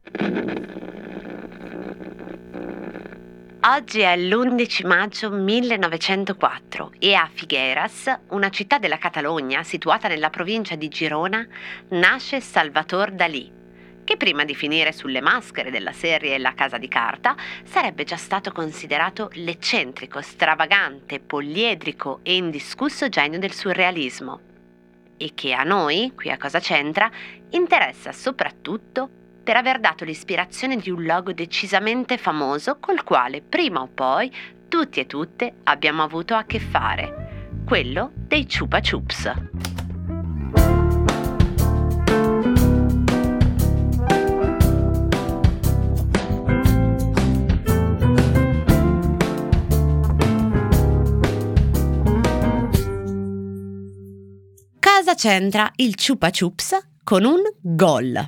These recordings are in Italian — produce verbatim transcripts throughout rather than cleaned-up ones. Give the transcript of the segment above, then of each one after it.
Oggi è l'undici maggio millenovecentoquattro e a Figueras, una città della Catalogna situata nella provincia di Girona, nasce Salvador Dalì, che prima di finire sulle maschere della serie La Casa di Carta sarebbe già stato considerato l'eccentrico, stravagante, poliedrico e indiscusso genio del surrealismo, e che a noi, qui a Cosa c'entra, interessa soprattutto per aver dato l'ispirazione di un logo decisamente famoso col quale prima o poi tutti e tutte abbiamo avuto a che fare, quello dei Chupa Chups. Cosa c'entra il Chupa Chups con un gol?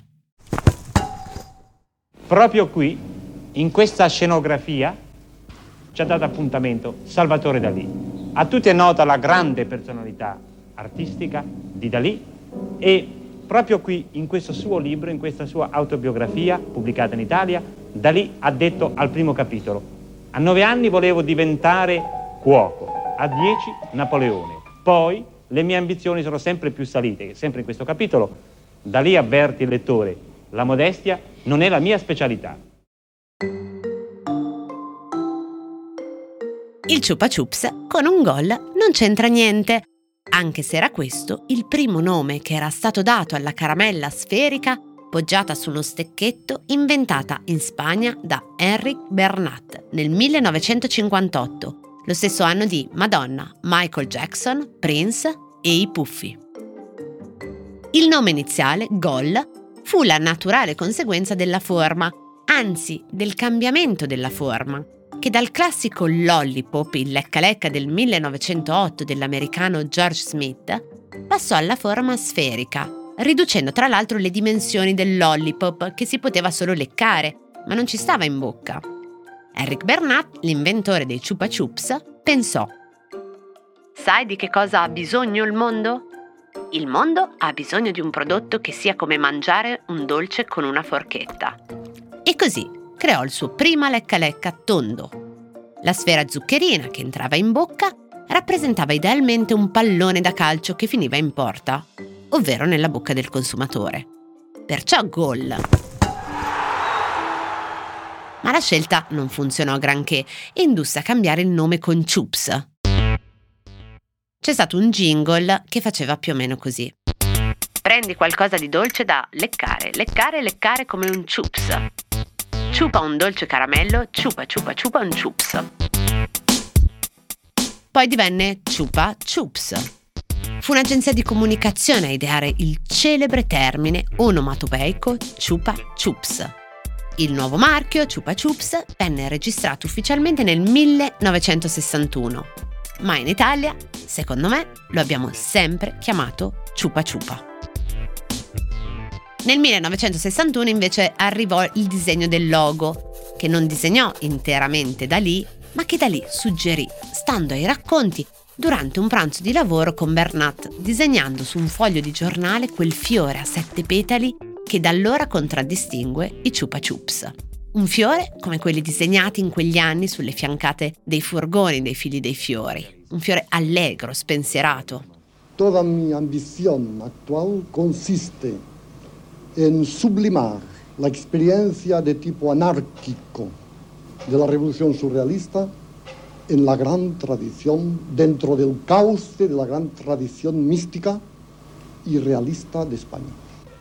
Proprio qui, in questa scenografia, ci ha dato appuntamento Salvatore Dalì. A tutti è nota la grande personalità artistica di Dalì e proprio qui, in questo suo libro, in questa sua autobiografia pubblicata in Italia, Dalì ha detto al primo capitolo: a nove anni volevo diventare cuoco, a dieci Napoleone, poi le mie ambizioni sono sempre più salite. Sempre in questo capitolo Dalì avverte il lettore: la modestia non è la mia specialità. Il Chupa Chups con un gol non c'entra niente, anche se era questo il primo nome che era stato dato alla caramella sferica poggiata su uno stecchetto inventata in Spagna da Enric Bernat nel millenovecentocinquantotto, lo stesso anno di Madonna, Michael Jackson, Prince e i Puffi. Il nome iniziale, Gol, fu la naturale conseguenza della forma, anzi del cambiamento della forma, che dal classico lollipop, il lecca-lecca del millenovecentootto dell'americano George Smith, passò alla forma sferica, riducendo tra l'altro le dimensioni del lollipop che si poteva solo leccare, ma non ci stava in bocca. Enric Bernat, l'inventore dei Chupa Chups, pensò: sai di che cosa ha bisogno il mondo? Il mondo ha bisogno di un prodotto che sia come mangiare un dolce con una forchetta. E così creò il suo prima lecca-lecca tondo. La sfera zuccherina che entrava in bocca rappresentava idealmente un pallone da calcio che finiva in porta, ovvero nella bocca del consumatore. Perciò Gol. Ma la scelta non funzionò granché e indusse a cambiare il nome con Chups. C'è stato un jingle che faceva più o meno così: prendi qualcosa di dolce da leccare, leccare, leccare come un Chups. Ciupa un dolce caramello, ciupa, ciupa, ciupa un Chups. Poi divenne Chupa Chups. Fu un'agenzia di comunicazione a ideare il celebre termine onomatopeico Chupa Chups. Il nuovo marchio, Chupa Chups, venne registrato ufficialmente nel millenovecentosessantuno, ma in Italia, secondo me, lo abbiamo sempre chiamato Chupa Chupa. Nel millenovecentosessantuno invece arrivò il disegno del logo, che non disegnò interamente Dalì, ma che Dalì suggerì, stando ai racconti, durante un pranzo di lavoro con Bernat, disegnando su un foglio di giornale quel fiore a sette petali che da allora contraddistingue i Chupa Chups. Un fiore come quelli disegnati in quegli anni sulle fiancate dei furgoni dei figli dei fiori. Un fiore allegro, spensierato. Toda mi ambición actual consiste en sublimar la experiencia de tipo anárquico de la revolución surrealista en la gran tradición, dentro del cauce de la gran tradición mística y realista de España.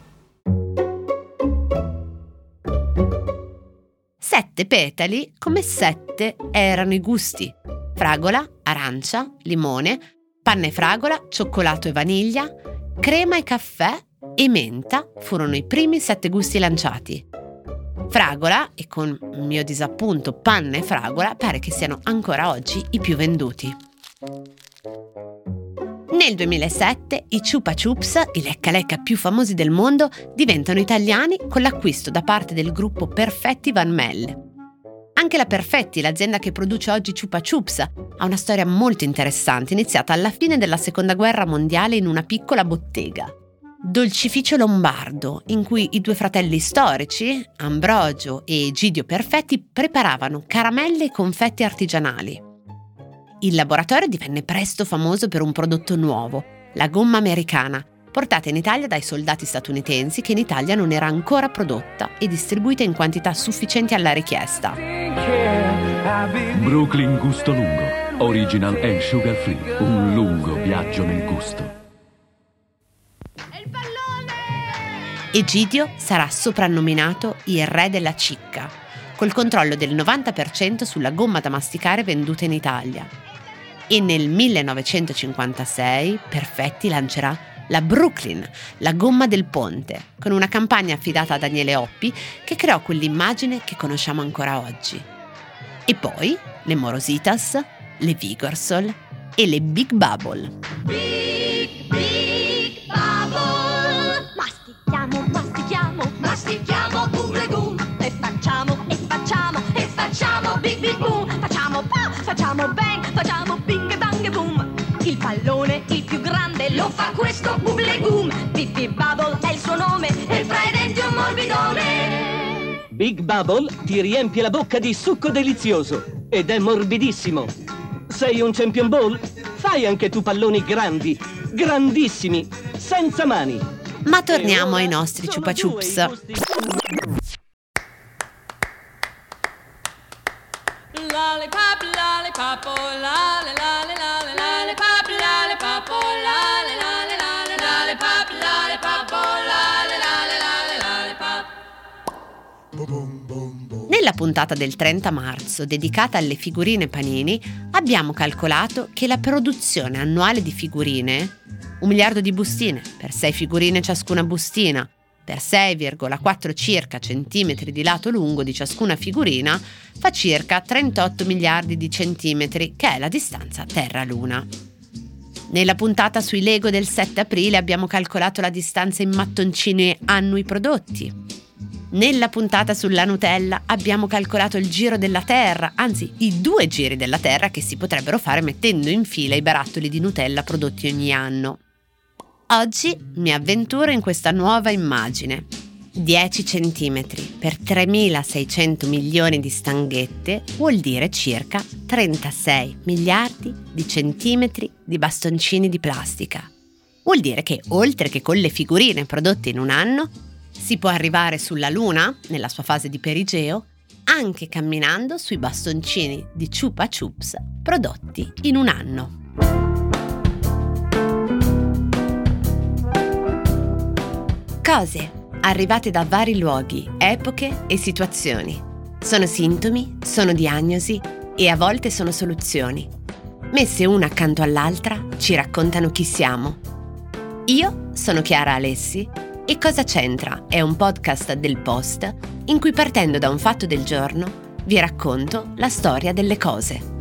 Sette petali, come sette erano i gusti: fragola, arancia, limone, panna e fragola, cioccolato e vaniglia, crema e caffè e menta furono i primi sette gusti lanciati. Fragola, e con mio disappunto panna e fragola, pare che siano ancora oggi i più venduti. Nel duemilasette i Chupa Chups, i lecca-lecca più famosi del mondo, diventano italiani con l'acquisto da parte del gruppo Perfetti Van Melle. Anche la Perfetti, l'azienda che produce oggi Chupa Chups, ha una storia molto interessante, iniziata alla fine della Seconda Guerra Mondiale in una piccola bottega. Dolcificio lombardo, in cui i due fratelli storici, Ambrogio e Egidio Perfetti, preparavano caramelle e confetti artigianali. Il laboratorio divenne presto famoso per un prodotto nuovo, la gomma americana, portata in Italia dai soldati statunitensi, che in Italia non era ancora prodotta e distribuita in quantità sufficienti alla richiesta. Brooklyn Gusto Lungo, original and sugar free, un lungo viaggio nel gusto. Egidio sarà soprannominato il re della cicca, col controllo del novanta per cento sulla gomma da masticare venduta in Italia. E nel millenovecentocinquantasei Perfetti lancerà la Brooklyn, la gomma del ponte, con una campagna affidata a Daniele Oppi che creò quell'immagine che conosciamo ancora oggi. E poi le Morositas, le Vigorsol e le Big Bubble. Big, big bubble. Mastichiamo, mastichiamo, mastichiamo Bubble Gum. E facciamo, e facciamo, e facciamo Big Big Boom. Facciamo pa, facciamo bang, facciamo bing bang boom. Il pallone, il più grande, lo fa questo Bubble Gum. Big Big Bubble è il suo nome, e fra i denti un morbidone. Big Bubble ti riempie la bocca di succo delizioso ed è morbidissimo. Sei un champion ball? Fai anche tu palloni grandi, grandissimi, senza mani. Ma torniamo ai nostri Chupa Chups. Lollipop, lollipop, oh, lolly, lolly, lolly, lollipop, lollipop, oh, lolly, lolly, lolly, lollipop, lollipop, oh, lolly, lolly, lollipop. Nella puntata del trenta marzo, dedicata alle figurine Panini, abbiamo calcolato che la produzione annuale di figurine, un miliardo di bustine, per sei figurine ciascuna bustina, per sei virgola quattro circa centimetri di lato lungo di ciascuna figurina, fa circa trentotto miliardi di centimetri, che è la distanza Terra-Luna. Nella puntata sui Lego del sette aprile abbiamo calcolato la distanza in mattoncini annui prodotti. Nella puntata sulla Nutella abbiamo calcolato il giro della Terra, anzi i due giri della Terra che si potrebbero fare mettendo in fila i barattoli di Nutella prodotti ogni anno. Oggi mi avventuro in questa nuova immagine. dieci centimetri per tremilaseicento milioni di stanghette vuol dire circa trentasei miliardi di centimetri di bastoncini di plastica. Vuol dire che, oltre che con le figurine prodotte in un anno, si può arrivare sulla Luna, nella sua fase di perigeo, anche camminando sui bastoncini di Chupa Chups prodotti in un anno. Cose arrivate da vari luoghi, epoche e situazioni. Sono sintomi, sono diagnosi e a volte sono soluzioni. Messe una accanto all'altra ci raccontano chi siamo. Io sono Chiara Alessi e Cosa c'entra è un podcast del Post in cui, partendo da un fatto del giorno, vi racconto la storia delle cose.